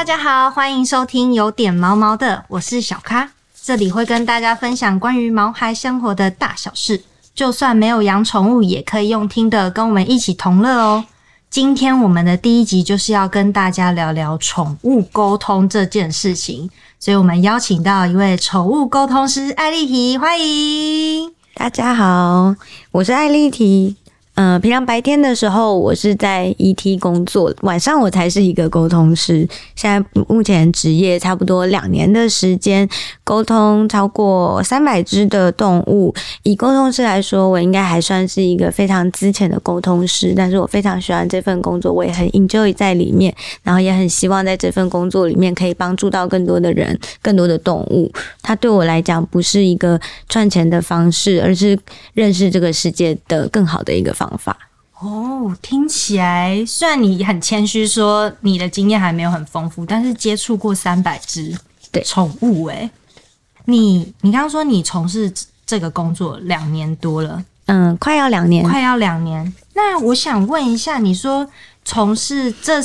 大家好，欢迎收听有点毛毛的，我是小咖，这里会跟大家分享关于毛孩生活的大小事，就算没有养宠物也可以用听的跟我们一起同乐哦。今天我们的第一集就是要跟大家聊聊宠物沟通这件事情，所以我们邀请到一位宠物沟通师艾丽缇，欢迎。 大家好，我是艾丽缇。平常白天的时候我是在 ET 工作，晚上我才是一个沟通师。现在目前职业差不多2年的时间，沟通超过300只的动物。以沟通师来说，我应该还算是一个非常资浅的沟通师，但是我非常喜欢这份工作，我也很 enjoy 在里面，然后也很希望在这份工作里面可以帮助到更多的人，更多的动物。它对我来讲不是一个赚钱的方式，而是认识这个世界的更好的一个方法。 哦，听起来虽然你很谦虚说你的经验还没有很丰富，但是接触过300只宠物欸。你刚刚说你从事这个工作2年多了， 快要2年， 快要2年。那我想问一下，你说从事这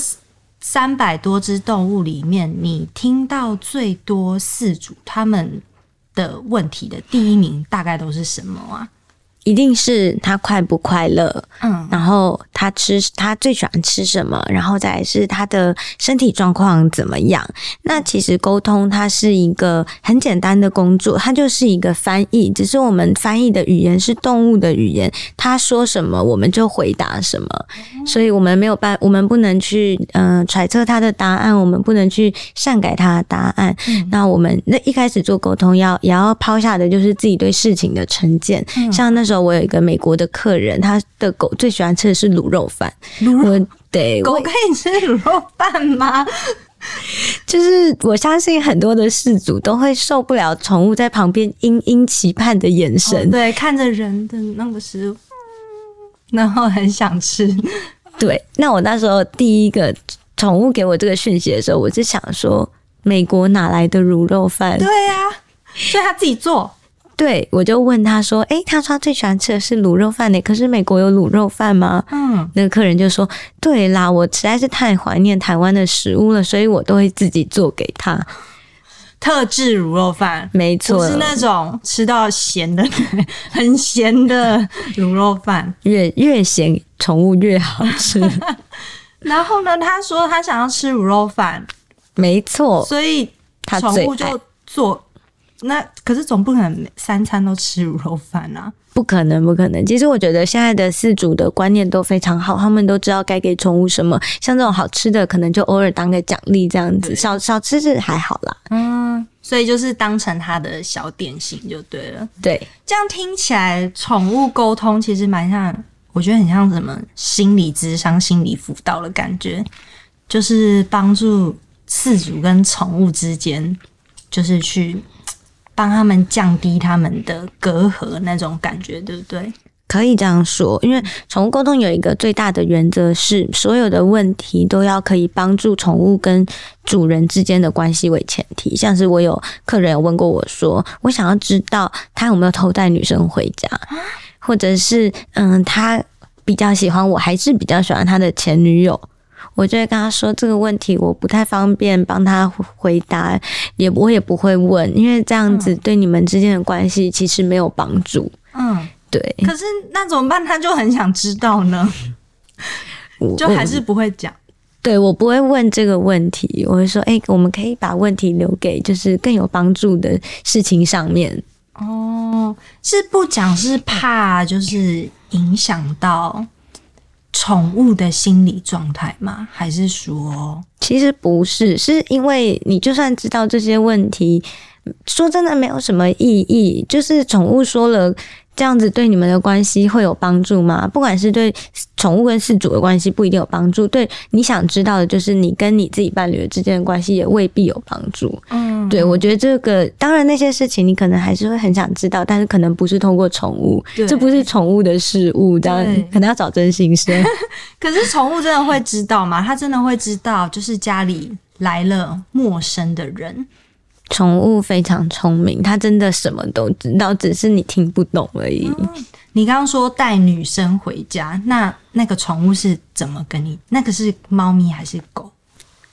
300多只动物里面，你听到最多饲主他们的问题的第一名大概都是什么啊？ 一定是他快不快乐，然后他最喜欢吃什么，然后再来是他的身体状况怎么样。那其实沟通它是一个很简单的工作，它就是一个翻译，只是我们翻译的语言是动物的语言，他说什么我们就回答什么，所以我们我们不能去揣测他的答案，我们不能去擅改他的答案。那我们一开始做沟通也要抛下的就是自己对事情的成见。像那时候我有一个美国的客人，他的狗最喜欢吃的是卤肉饭。 狗可以吃卤肉饭吗？ 就是我相信很多的饲主都会受不了宠物在旁边殷期盼的眼神， 对，看着人的那个食物，然后很想吃。 对，那我那时候第一个宠物给我这个讯息的时候，我就想说，美国哪来的卤肉饭？ 对啊，所以他自己做。 对，我就问他说他说他最喜欢吃的是卤肉饭可是美国有卤肉饭吗？那个客人就说，对啦，我实在是太怀念台湾的食物了，所以我都会自己做给他。 特制卤肉饭， 没错， 不是那种吃到咸的很咸的卤肉饭， 越咸宠物越好吃。 然后呢，他说他想要吃卤肉饭， 没错， 所以宠物就做。那可是总不可能3餐都吃卤肉饭啊， 不可能。其实我觉得现在的饲主的观念都非常好，他们都知道该给宠物什么，像这种好吃的可能就偶尔当个奖励这样子，少吃是还好啦。 所以就是当成他的小点心就对了。 对， 这样听起来宠物沟通其实蛮像，我觉得很像什么心理咨商、心理辅导的感觉，就是帮助饲主跟宠物之间，就是去帮他们降低他们的隔阂那种感觉，对不对？ 可以这样说，因为宠物沟通有一个最大的原则是，所有的问题都要可以帮助宠物跟主人之间的关系为前提。像是我有客人有问过我说，我想要知道他有没有偷带女生回家，或者是他比较喜欢我还是比较喜欢他的前女友。我就会跟他说，这个问题我不太方便帮他回答，我也不会问，因为这样子对你们之间的关系其实没有帮助。对。 可是那怎么办？他就很想知道呢，就还是不会讲。 对，我不会问这个问题，我会说，我们可以把问题留给就是更有帮助的事情上面。 是不讲是怕就是影响到宠物的心理状态吗？还是说其实不是，是因为你就算知道这些问题，说真的没有什么意义。就是宠物说了，这样子对你们的关系会有帮助吗？不管是对宠物跟饲主的关系不一定有帮助，对你想知道的就是你跟你自己伴侣之间的关系也未必有帮助。对，我觉得这个当然那些事情你可能还是会很想知道，但是可能不是透过宠物，这不是宠物的事物，这样可能要找真心生。 可是宠物真的会知道吗？它真的会知道就是家里来了陌生的人？ 宠物非常聪明，它真的什么都知道，只是你听不懂而已。 你刚刚说带女生回家，那个宠物是怎么跟你？那个是猫咪还是狗？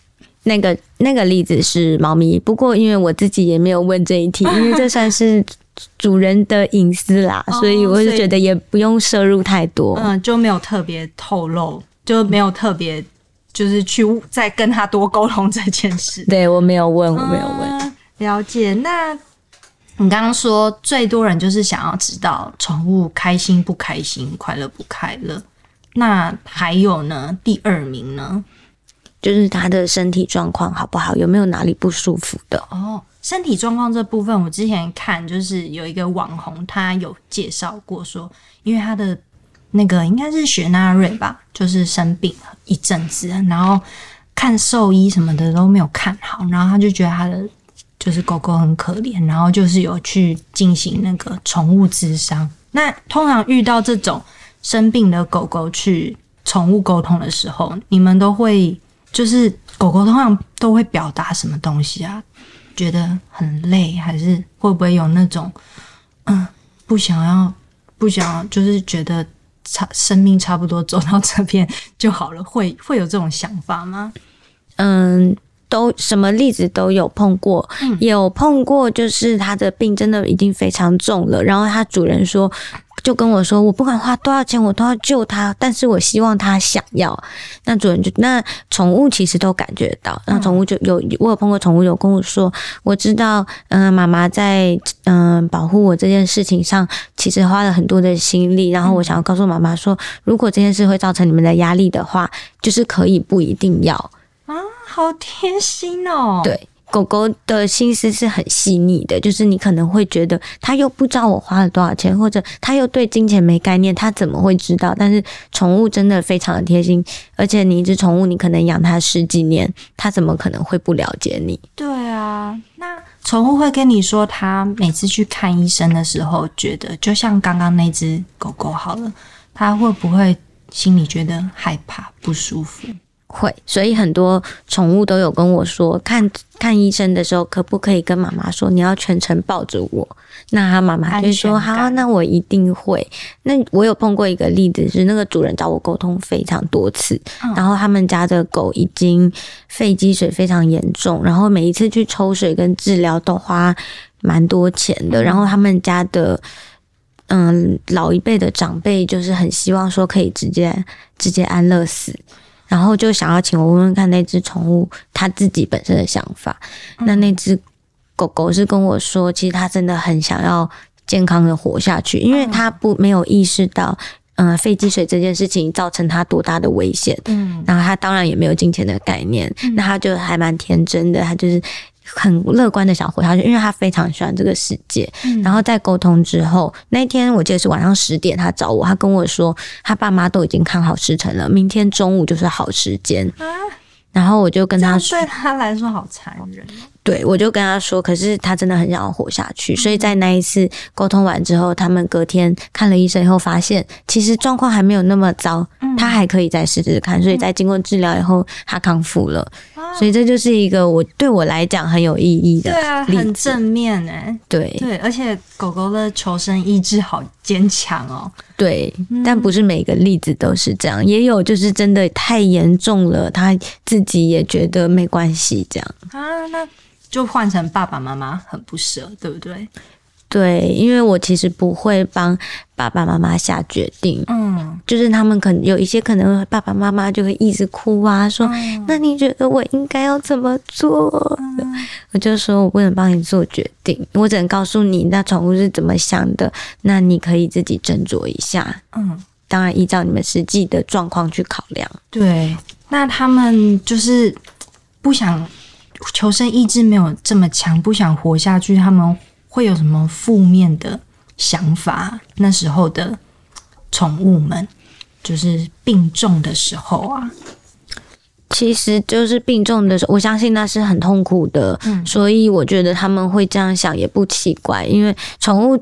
那个例子是猫咪，不过因为我自己也没有问这一题，因为这算是主人的隐私啦，所以我就觉得也不用摄入太多， 就没有特别透露，就没有特别就是去再跟他多沟通这件事。 对，我没有问， 了解。那你刚刚说最多人就是想要知道宠物开心不开心，快乐不快乐，那还有呢？第2名呢？ 就是他的身体状况好不好，有没有哪里不舒服的？ 身体状况这部分，我之前看就是有一个网红，他有介绍过说，因为他的那个应该是雪纳瑞吧，就是生病一阵子，然后看兽医什么的都没有看好，然后他就觉得他的就是狗狗很可怜，然后就是有去进行那个宠物咨商。那通常遇到这种生病的狗狗去宠物沟通的时候，你们都会就是狗狗通常都会表达什么东西啊？觉得很累，还是会不会有那种不想要，就是觉得生命差不多走到这边就好了，会有这种想法吗？ 都什么例子都有碰过，有碰过就是他的病真的已经非常重了，然后他主人就跟我说，我不管花多少钱我都要救他，但是我希望他想要。那主人那宠物其实都感觉到，那宠物我有碰过宠物有跟我说，我知道妈妈在保护我这件事情上其实花了很多的心力，然后我想要告诉妈妈说，如果这件事会造成你们的压力的话，就是可以不一定要啊，好贴心哦。 对，狗狗的心思是很细腻的，就是你可能会觉得它又不知道我花了多少钱，或者它又对金钱没概念，它怎么会知道？但是宠物真的非常的贴心，而且你一只宠物你可能养它10几年，它怎么可能会不了解你？ 对啊，那宠物会跟你说，它每次去看医生的时候，觉得就像刚刚那只狗狗好了，它会不会心里觉得害怕、不舒服？ 会，所以很多宠物都有跟我说，看医生的时候可不可以跟妈妈说你要全程抱着我？那他妈妈就说好，那我一定会。那我有碰过一个例子是，那个主人找我沟通非常多次，然后他们家的狗已经肺积水非常严重，然后每一次去抽水跟治疗都花蛮多钱的，然后他们家的老一辈的长辈就是很希望说可以直接安乐死。然后就想要请我问问看那只宠物它自己本身的想法。那只狗狗是跟我说，其实它真的很想要健康的活下去，因为它没有意识到肺积水这件事情造成它多大的危险。然后它当然也没有金钱的概念，那它就还蛮天真的，它就是很乐观的想活下去，因为他非常喜欢这个世界。然后在沟通之后，那一天我记得是晚上10点，他找我，他跟我说他爸妈都已经看好时辰了，明天中午就是好时间。然后我就跟他说， 对他来说好残忍。 对，我就跟他说，可是他真的很想要活下去，所以在那一次沟通完之后，他们隔天看了医生以后，发现其实状况还没有那么糟，他还可以再试试看。所以在经过治疗以后，他康复了。所以这就是一个对我来讲很有意义的例子。 对啊，很正面欸。对，而且狗狗的求生意志好坚强哦。 对，但不是每个例子都是这样，也有就是真的太严重了，他自己也觉得没关系这样啊，那就换成爸爸妈妈很不舍，对不对？ 对，因为我其实不会帮爸爸妈妈下决定，就是他们可能有一些可能爸爸妈妈就会一直哭啊，说那你觉得我应该要怎么做？我就说我不能帮你做决定，我只能告诉你那宠物是怎么想的，那你可以自己斟酌一下。当然依照你们实际的状况去考量。 对，那他们就是不想求生意志没有这么强，不想活下去，他们会有什么负面的想法？那时候的宠物们就是病重的时候啊， 其实就是病重的时候，我相信那是很痛苦的，所以我觉得他们会这样想也不奇怪，因为宠物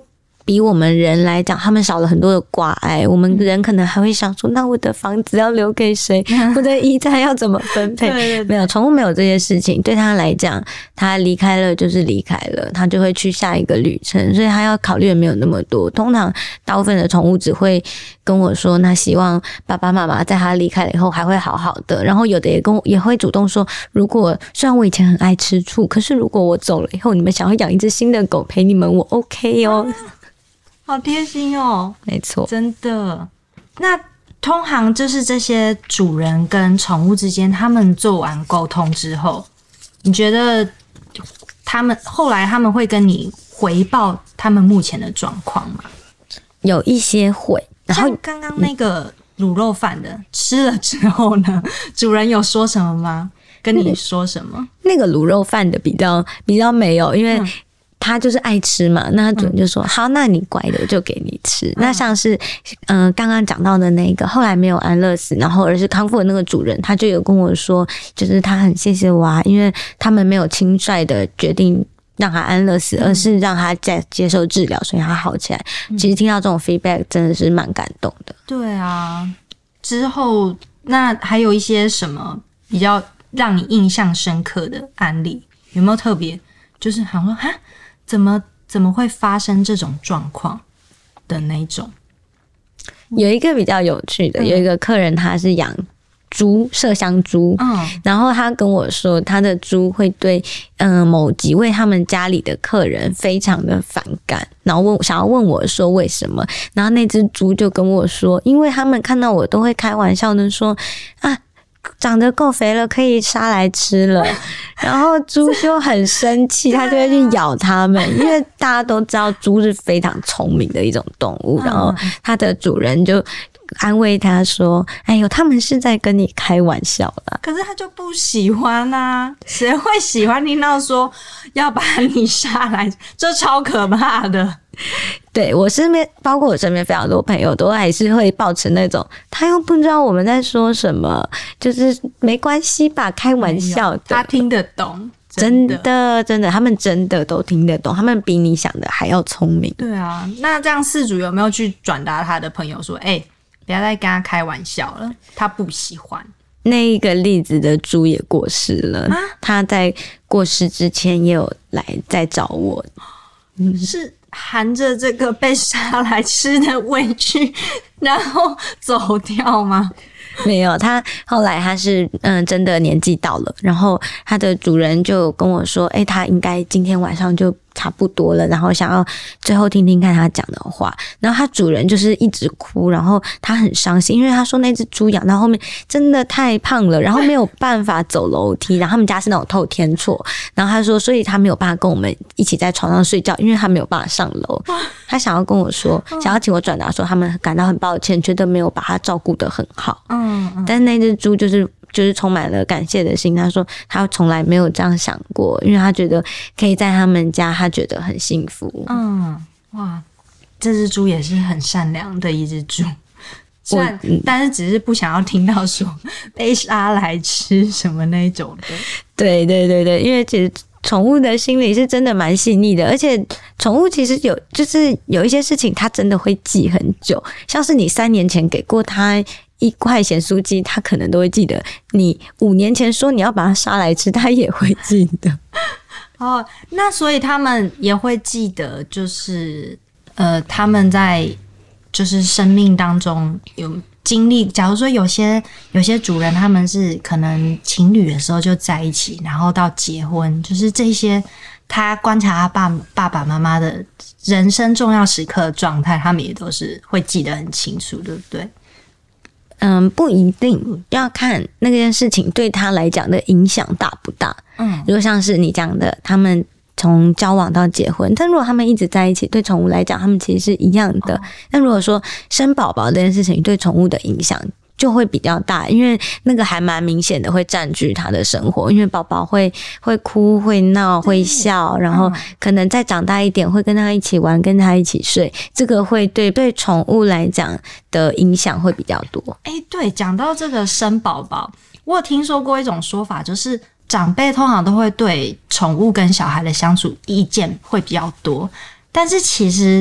比我们人来讲，他们少了很多的挂碍。我们人可能还会想说，那我的房子要留给谁？我的遗产要怎么分配？ 对对对， 没有，宠物没有这些事情。对他来讲，他离开了就是离开了，他就会去下一个旅程，所以他要考虑的没有那么多。通常大部分的宠物只会跟我说，那希望爸爸妈妈在他离开了以后还会好好的。然后有的也会主动说，如果虽然我以前很爱吃醋，可是如果我走了以后，你们想要养一只新的狗陪你们，我 OK 哦。 好贴心哦， 没错， 真的。那通常就是这些主人跟宠物之间，他们做完沟通之后，你觉得后来他们会跟你回报他们目前的状况吗？ 有一些会。然后像刚刚那个卤肉饭的，吃了之后呢，主人有说什么吗？跟你说什么？ 那个卤肉饭的比较没有，因为他就是爱吃嘛，那他主人就说好，那你乖的我就给你吃。那像是刚刚讲到的那个后来没有安乐死，然后而是康复的那个主人，他就有跟我说，就是他很谢谢我啊，因为他们没有轻率的决定让他安乐死，而是让他再接受治疗，所以他好起来。其实听到这种 feedback 真的是蛮感动的。 对啊，之后那还有一些什么比较让你印象深刻的案例？有没有特别就是好像说怎么会发生这种状况的那种？ 有一个比较有趣的，有一个客人他是养猪，麝香猪，然后他跟我说他的猪会对某几位他们家里的客人非常的反感，然后想要问我说为什么，然后那只猪就跟我说，因为他们看到我都会开玩笑的说啊，长得够肥了，可以杀来吃了。然后猪就很生气，他就会去咬它们，因为大家都知道猪是非常聪明的一种动物。然后它的主人就安慰他说：“哎呦，他们是在跟你开玩笑啦。” 可是他就不喜欢啊，谁会喜欢听到说要把你杀来？这超可怕的。 对，我身边，包括我身边非常多朋友都还是会抱持那种，他又不知道我们在说什么，就是没关系吧，开玩笑的， 他听得懂。 真的，他们真的都听得懂，他们比你想的还要聪明。 对啊，那这样饲主有没有去转达他的朋友说，不要再跟他开玩笑了，他不喜欢？ 那一个例子的猪也过世了，他在过世之前也有来再找我， 是含着这个被杀来吃的委屈，然后走掉吗？ 没有，他后来他是真的年纪到了，然后他的主人就跟我说，他应该今天晚上就差不多了，然后想要最后听听看他讲的话。然后他主人就是一直哭，然后他很伤心，因为他说那只猪养到后面真的太胖了，然后没有办法走楼梯，然后他们家是那种透天厝，然后他说所以他没有办法跟我们一起在床上睡觉，因为他没有办法上楼。他想要跟我说，想要请我转达说他们感到很抱歉，觉得没有把他照顾得很好。但是那只猪就是充满了感谢的心，他说他从来没有这样想过，因为他觉得可以在他们家，他觉得很幸福。 哇，这只猪也是很善良的一只猪，但是只是不想要听到说被杀来吃什么那种的。 对，因为其实宠物的心理是真的蛮细腻的，而且宠物其实就是有一些事情它真的会记很久，像是你3年前给过它1块咸酥鸡，它可能都会记得，你5年前说你要把它杀来吃，它也会记得。 那所以他们也会记得，就是他们在就是生命当中有经历，假如说有些主人他们是可能情侣的时候就在一起，然后到结婚，就是这些他观察他爸爸妈妈的人生重要时刻的状态，他们也都是会记得很清楚，对不对？ 不一定，要看那件事情对他来讲的影响大不大。如果像是你讲的，他们从交往到结婚，但如果他们一直在一起，对宠物来讲，他们其实是一样的。但如果说生宝宝这件事情对宠物的影响就会比较大，因为那个还蛮明显的会占据他的生活，因为宝宝会哭会闹会笑，然后可能再长大一点会跟他一起玩跟他一起睡，这个会对宠物来讲的影响会比较多。 对，讲到这个生宝宝，我有听说过一种说法，就是长辈通常都会对宠物跟小孩的相处意见会比较多，但是其实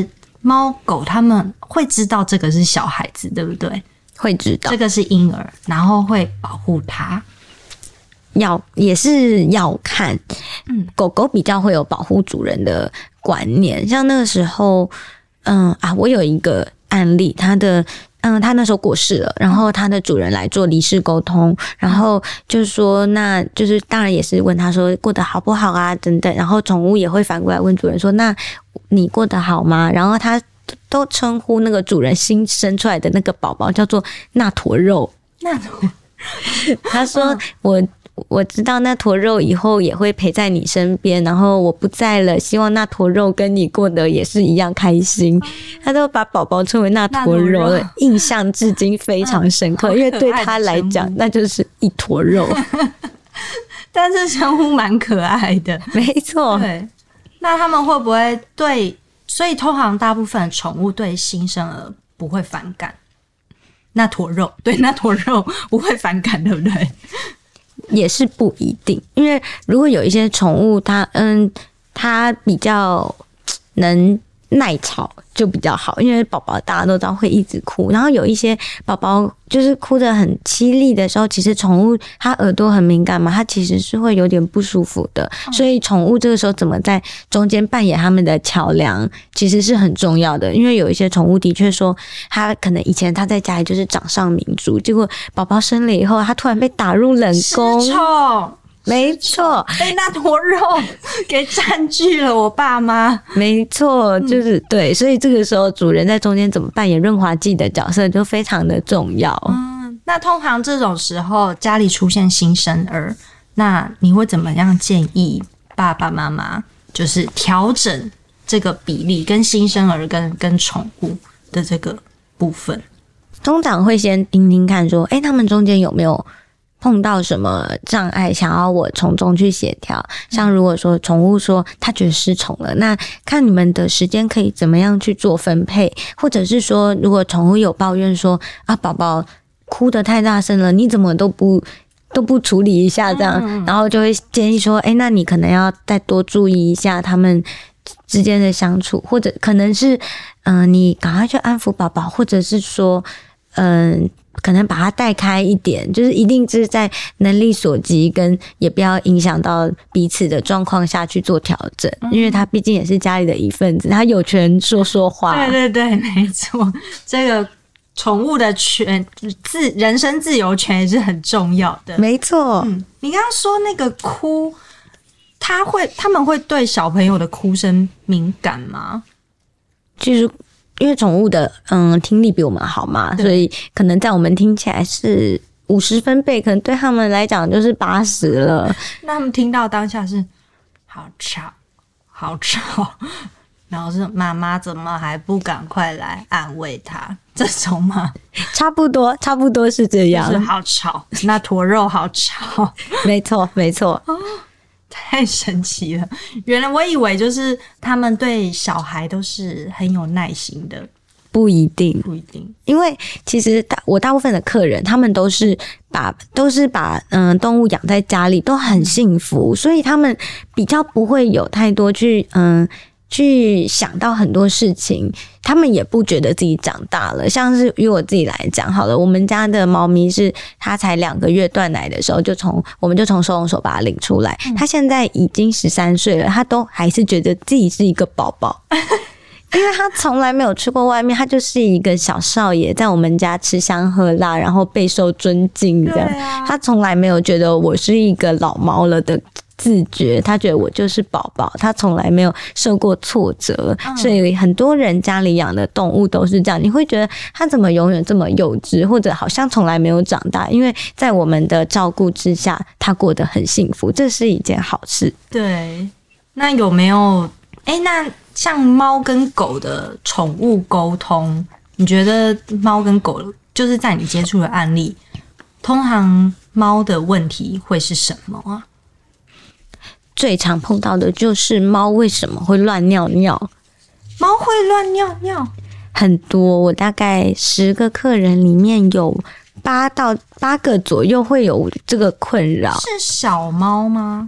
猫狗他们会知道这个是小孩子，对不对？ 会知道这个是婴儿，然后会保护他。 也是要看，狗狗比较会有保护主人的观念。像那个时候，我有一个案例，他那时候过世了，然后他的主人来做离世沟通，然后就是说，那就是当然也是问他说过得好不好啊等等，然后宠物也会反过来问主人说，那你过得好吗？然后他都称呼那个主人新生出来的那个宝宝叫做那坨肉。他说我知道那坨肉以后也会陪在你身边，然后我不在了，希望那坨肉跟你过得也是一样开心。他都把宝宝称为那坨肉，印象至今非常深刻，因为对他来讲那就是一坨肉。 但是称呼蛮可爱的， 没错。 对，那他们会不会所以通常大部分宠物对新生儿不会反感，那坨肉不会反感，对不对？ 也是不一定，因为如果有一些宠物它比较能耐吵就比较好，因为宝宝大家都知道会一直哭，然后有一些宝宝就是哭得很凄厉的时候，其实宠物它耳朵很敏感嘛，它其实是会有点不舒服的，所以宠物这个时候怎么在中间扮演他们的桥梁其实是很重要的。因为有一些宠物的确说它可能以前它在家里就是掌上明珠，结果宝宝生了以后它突然被打入冷宫， 失宠， 没错， 被那坨肉给占据了我爸妈。 没错，就是对，所以这个时候主人在中间怎么扮演润滑剂的角色就非常的重要。 那通常这种时候家里出现新生儿，那你会怎么样建议爸爸妈妈就是调整这个比例跟新生儿跟宠物的这个部分？ 通常会先听听看说，他们中间有没有碰到什么障碍，想要我从中去协调。像如果说宠物说它觉得失宠了，那看你们的时间可以怎么样去做分配，或者是说如果宠物有抱怨说宝宝哭得太大声了，你怎么都不处理一下这样，然后就会建议说那你可能要再多注意一下他们之间的相处，或者可能是你赶快去安抚宝宝，或者是说可能把它带开一点，就是一定是在能力所及跟也不要影响到彼此的状况下去做调整，因为他毕竟也是家里的一份子，他有权说话。 对对对，没错，这个宠物的人身自由权也是很重要的。 没错。 你刚刚说那个哭，他们会对小朋友的哭声敏感吗？ 就是因为宠物的听力比我们好嘛，所以可能在我们听起来是50分贝，可能对他们来讲就是80了。 那他们听到当下是好吵好吵，然后是妈妈怎么还不赶快来安慰他，这种吗？ 差不多是这样， 就是好吵，那坨肉好吵。 没错没错。 太神奇了！原来我以为就是他们对小孩都是很有耐心的， 不一定，因为其实我大部分的客人，他们都是把动物养在家里，都很幸福，所以他们比较不会有太多去想到很多事情，他们也不觉得自己长大了。像是以我自己来讲好了，我们家的猫咪是它才2个月断奶的时候，我们就从收容所把它领出来，它现在已经13岁了，它都还是觉得自己是一个宝宝。因为他从来没有去过外面，他就是一个小少爷，在我们家吃香喝辣，然后备受尊敬这样。他从来没有觉得我是一个老猫了的自觉，他觉得我就是宝宝，他从来没有受过挫折。所以很多人家里养的动物都是这样，你会觉得他怎么永远这么幼稚，或者好像从来没有长大，因为在我们的照顾之下，他过得很幸福，这是一件好事。 对，那有没有那像猫跟狗的宠物沟通，你觉得猫跟狗就是在你接触的案例，通常猫的问题会是什么啊？ 最常碰到的就是猫为什么会乱尿尿。 猫会乱尿尿？ 很多，我大概10个客人里面有8个左右会有这个困扰。 是小猫吗？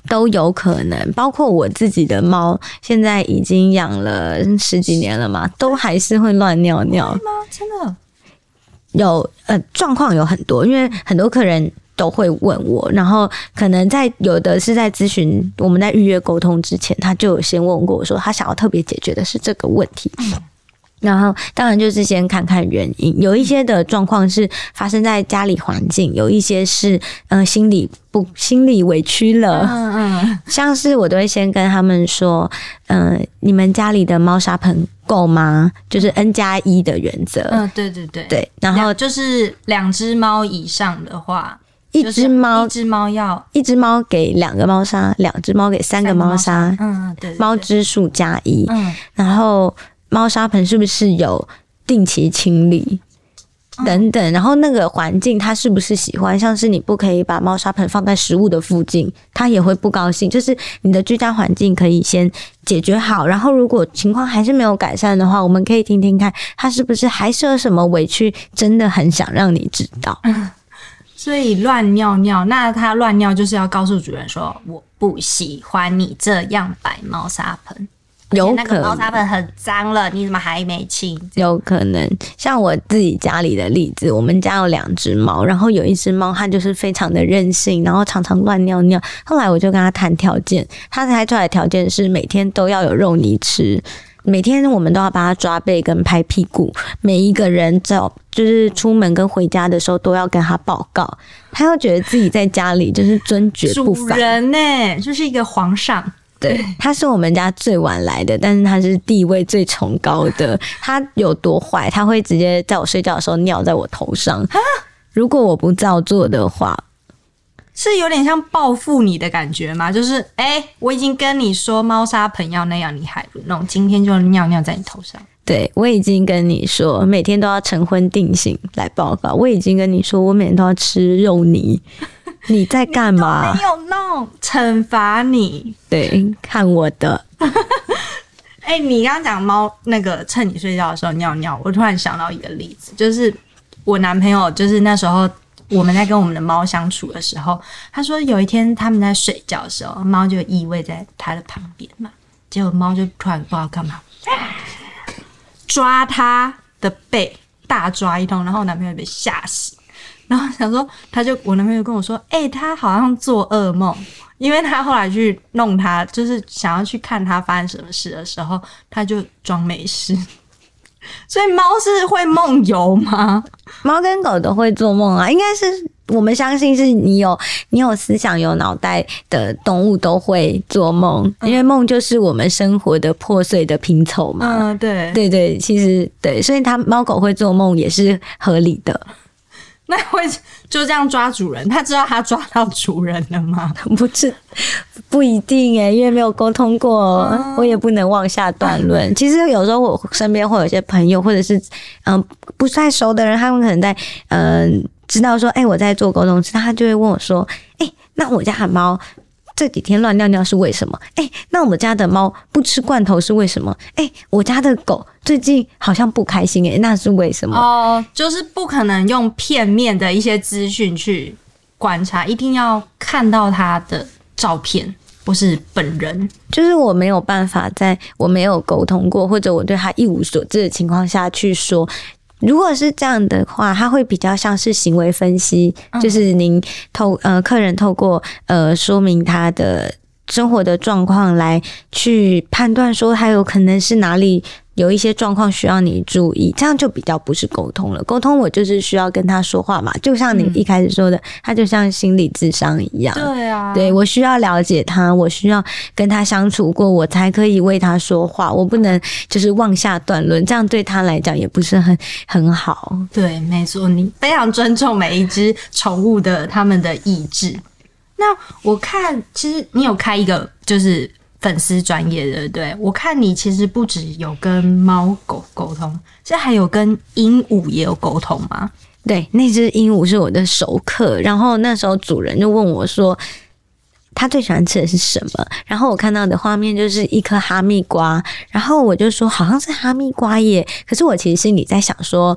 都有可能。包括我自己的猫，现在已经养了10几年了嘛，都还是会乱尿尿。 会吗？真的？ 有状况有很多，因为很多客人都会问我，然后可能有的是在咨询，我们在预约沟通之前，他就有先问过我说，他想要特别解决的是这个问题。然后当然就是先看看原因，有一些的状况是发生在家里环境，有一些是心里委屈了。像是我都会先跟他们说，你们家里的猫砂盆够吗？就是 N+1 的原则。 对， 然后就是2只猫以上的话， 一只猫给2个猫砂，2只猫给3个猫砂。对，猫只数加1。然后猫砂盆是不是有定期清理等等，然后那个环境他是不是喜欢，像是你不可以把猫砂盆放在食物的附近，他也会不高兴。就是你的居家环境可以先解决好，然后如果情况还是没有改善的话，我们可以听听看他是不是还是有什么委屈，真的很想让你知道。 所以乱尿尿，那他乱尿就是要告诉主人说，我不喜欢你这样摆猫砂盆。 有可能那个猫砂盆很脏了，你怎么还没清？ 有可能，像我自己家里的例子，我们家有2只猫，然后有一只猫它就是非常的任性，然后常常乱尿尿。后来我就跟他谈条件，他开出来的条件是每天都要有肉泥吃，每天我们都要帮他抓背跟拍屁股，每一个人就是出门跟回家的时候都要跟他报告。他又觉得自己在家里就是尊爵不凡， 主人呢，就是一个皇上。 对，他是我们家最晚来的，但是他是地位最崇高的。他有多坏？他会直接在我睡觉的时候尿在我头上。如果我不照做的话， 是有点像报复你的感觉吗？就是我已经跟你说猫砂盆要那样，你还不弄，今天就尿尿在你头上。 对，我已经跟你说每天都要晨昏定醒来报告，我已经跟你说我每天都要吃肉泥。你在干嘛？ 你都没有弄，惩罚你。 对，看我的。 你刚刚讲猫那个趁你睡觉的时候尿尿，我突然想到一个例子，就是我男朋友，就是那时候我们在跟我们的猫相处的时候，他说有一天他们在睡觉的时候，猫就依偎在他的旁边嘛，结果猫就突然不知道干嘛，抓他的背，大抓一通，然后我男朋友被吓死。然后想说，我男朋友跟我说，他好像做噩梦，因为他后来去弄他，就是想要去看他发生什么事的时候，他就装没事。所以猫是会梦游吗？ 猫跟狗都会做梦啊，应该是我们相信是你有思想、有脑袋的动物都会做梦，因为梦就是我们生活的破碎的拼凑嘛。对，其实对，所以猫狗会做梦也是合理的。 那会就这样抓主人？他知道他抓到主人了吗？ 不一定因为没有沟通过，我也不能妄下断论。其实有时候我身边会有一些朋友，或者是不太熟的人，他们可能在知道说我在做沟通时，他就会问我说那我家的猫这几天乱尿尿是为什么？那我们家的猫不吃罐头是为什么？我家的狗最近好像不开心那是为什么？ 就是不可能用片面的一些资讯去观察，一定要看到它的照片或是本人。 就是我没有办法在我没有沟通过，或者我对他一无所知的情况下去说。如果是这样的话，它会比较像是行为分析，就是您客人透过说明他的生活的状况来去判断说他有可能是哪里有一些状况需要你注意，这样就比较不是沟通了。沟通我就是需要跟他说话嘛，就像你一开始说的，他就像心理咨商一样。 对啊， 对，我需要了解他，我需要跟他相处过，我才可以为他说话，我不能就是妄下断论，这样对他来讲也不是很好。 对，没错，你非常尊重每一只宠物的他们的意志。那我看，其实你有开一个就是粉丝专页，对不对？我看你其实不只有跟猫狗沟通，是还有跟鹦鹉也有沟通吗？ 对，那只鹦鹉是我的熟客，然后那时候主人就问我说他最喜欢吃的是什么，然后我看到的画面就是一颗哈密瓜，然后我就说好像是哈密瓜耶，可是我其实心里在想说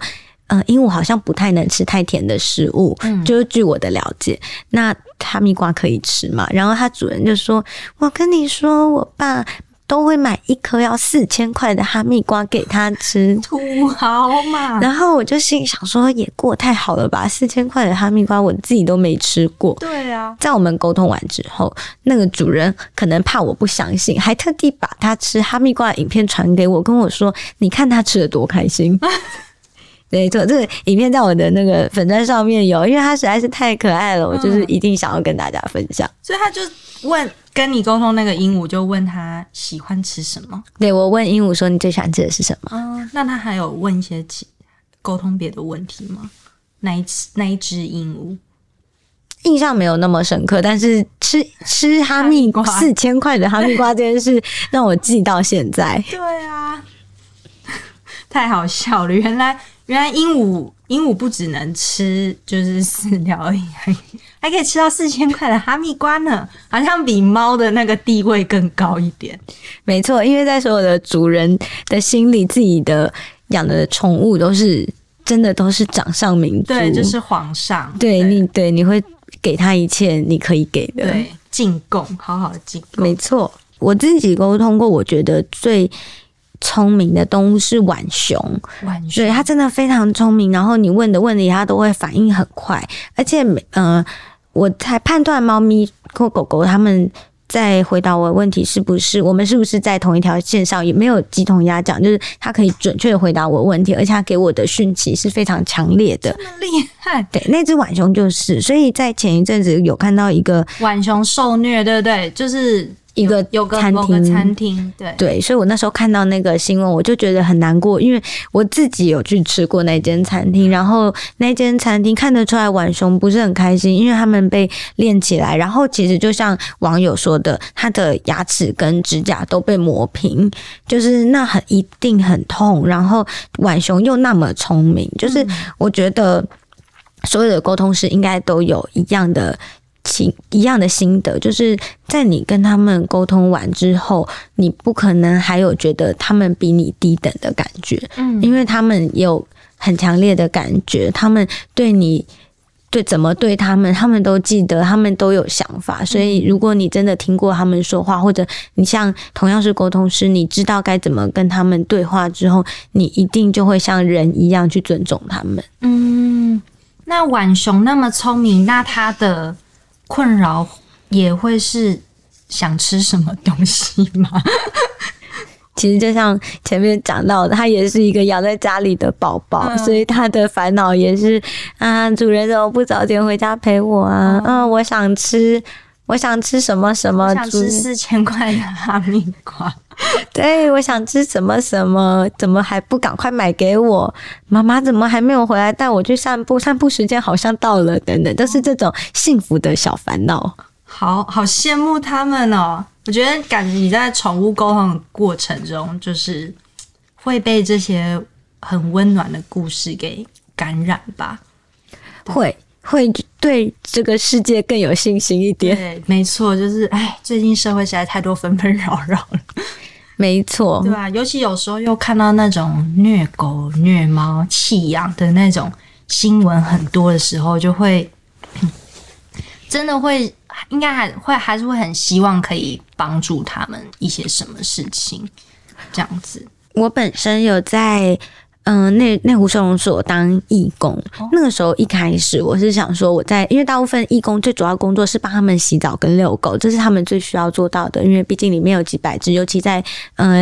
鹦鹉好像不太能吃太甜的食物，就是据我的了解，那哈密瓜可以吃嘛？然后它主人就说：“我跟你说，我爸都会买1颗要4000块的哈密瓜给他吃， 土豪嘛。” 然后我就心里想说，也过太好了吧，4000块的哈密瓜我自己都没吃过。 对啊， 在我们沟通完之后，那个主人可能怕我不相信，还特地把他吃哈密瓜的影片传给我，跟我说：“你看他吃得多开心。”对，这个影片在我的那个粉专上面有，因为它实在是太可爱了，我就是一定想要跟大家分享。 所以他就跟你沟通那个鹦鹉，就问他喜欢吃什么。 对，我问鹦鹉说：“你最喜欢吃的是什么？” 那他还有问一些沟通别的问题吗？那一只鹦鹉印象没有那么深刻，但是吃哈密瓜4000块的哈密瓜这件事让我记到现在。 对啊，太好笑了！原来鹦鹉不只能吃就是饲料而已，还可以吃到4000块的哈密瓜呢，好像比猫的那个地位更高一点。 没错，因为在所有的主人的心里，自己的养的宠物真的都是掌上明珠， 对，就是皇上。 对，你会给他一切你可以给的， 对，进贡，好好的进贡。 没错，我自己沟通过，我觉得最聪明的动物是浣熊，对，它真的非常聪明，然后你问的问题它都会反应很快，而且我才判断猫咪或狗狗它们在回答我的问题我们是不是在同一条线上，也没有鸡同鸭讲，就是它可以准确的回答我的问题，而且它给我的讯息是非常强烈的， 这么厉害。 对，那只浣熊就是，所以在前一阵子有看到一个浣熊受虐，对不对？就是有个餐厅， 对，所以我那时候看到那个新闻，我就觉得很难过，因为我自己有去吃过那间餐厅，然后那间餐厅看得出来浣熊不是很开心，因为他们被练起来，然后其实就像网友说的，他的牙齿跟指甲都被磨平，就是那一定很痛，然后浣熊又那么聪明，就是我觉得所有的沟通师应该都有一样的心得，就是在你跟他们沟通完之后，你不可能还有觉得他们比你低等的感觉，因为他们有很强烈的感觉，他们对你怎么对他们都记得，他们都有想法，所以如果你真的听过他们说话，或者你像同样是沟通师，你知道该怎么跟他们对话之后，你一定就会像人一样去尊重他们。 那浣熊那么聪明，那他的困扰也会是想吃什么东西吗？ 其实就像前面讲到的，他也是一个养在家里的宝宝，所以他的烦恼也是主人怎么不早点回家陪我啊？我想吃什么什么， 我想吃4000块的哈密瓜。 对，我想吃什么什么，怎么还不赶快买给我？妈妈怎么还没有回来带我去散步？散步时间好像到了，等等，都是这种幸福的小烦恼。 好羡慕他们哦！我觉得感觉你在宠物沟通的过程中，就是会被这些很温暖的故事给感染吧？ 会对这个世界更有信心一点。 对，没错，就是最近社会实在太多纷纷扰扰了。 没错， 对吧？尤其有时候又看到那种虐狗、虐猫、弃养的那种新闻很多的时候，就会真的会，应该还是会很希望可以帮助他们一些什么事情，这样子。 我本身有在内湖收容所当义工，那个时候一开始我是想说因为大部分义工最主要工作是帮他们洗澡跟遛狗，这是他们最需要做到的，因为毕竟里面有几百只，尤其在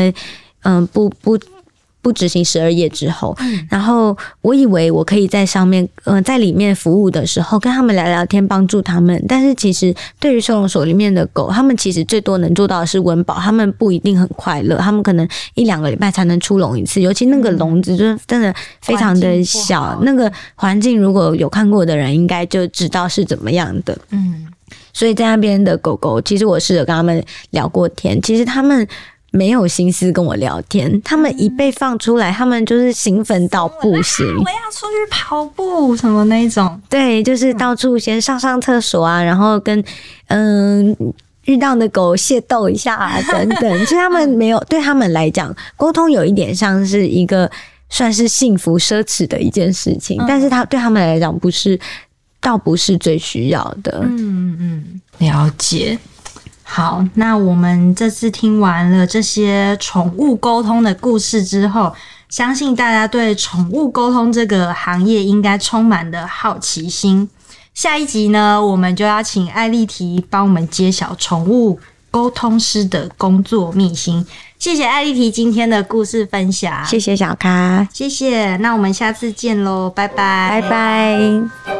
不执行12夜之后，然后我以为我可以在上面在里面服务的时候跟他们聊聊天，帮助他们，但是其实对于收容所里面的狗，他们其实最多能做到的是温饱，他们不一定很快乐，他们可能1-2个礼拜才能出笼一次，尤其那个笼子就是真的非常的小，那个环境如果有看过的人应该就知道是怎么样的。所以在那边的狗狗，其实我试着跟他们聊过天，其实他们没有心思跟我聊天，他们一被放出来，他们就是兴奋到不行，我要出去跑步什么那一种。 对，就是到处先上厕所啊，然后跟遇到的狗械斗一下啊等等。其实他们没有，对他们来讲，沟通有一点像是一个算是幸福奢侈的一件事情，但是对他们来讲倒不是最需要的。 了解。好，那我们这次听完了这些宠物沟通的故事之后，相信大家对宠物沟通这个行业应该充满了好奇心。下一集呢，我们就要请艾丽缇帮我们揭晓宠物沟通师的工作秘辛。谢谢艾丽缇今天的故事分享， 谢谢小咖， 谢谢。那我们下次见咯，拜拜， 拜拜。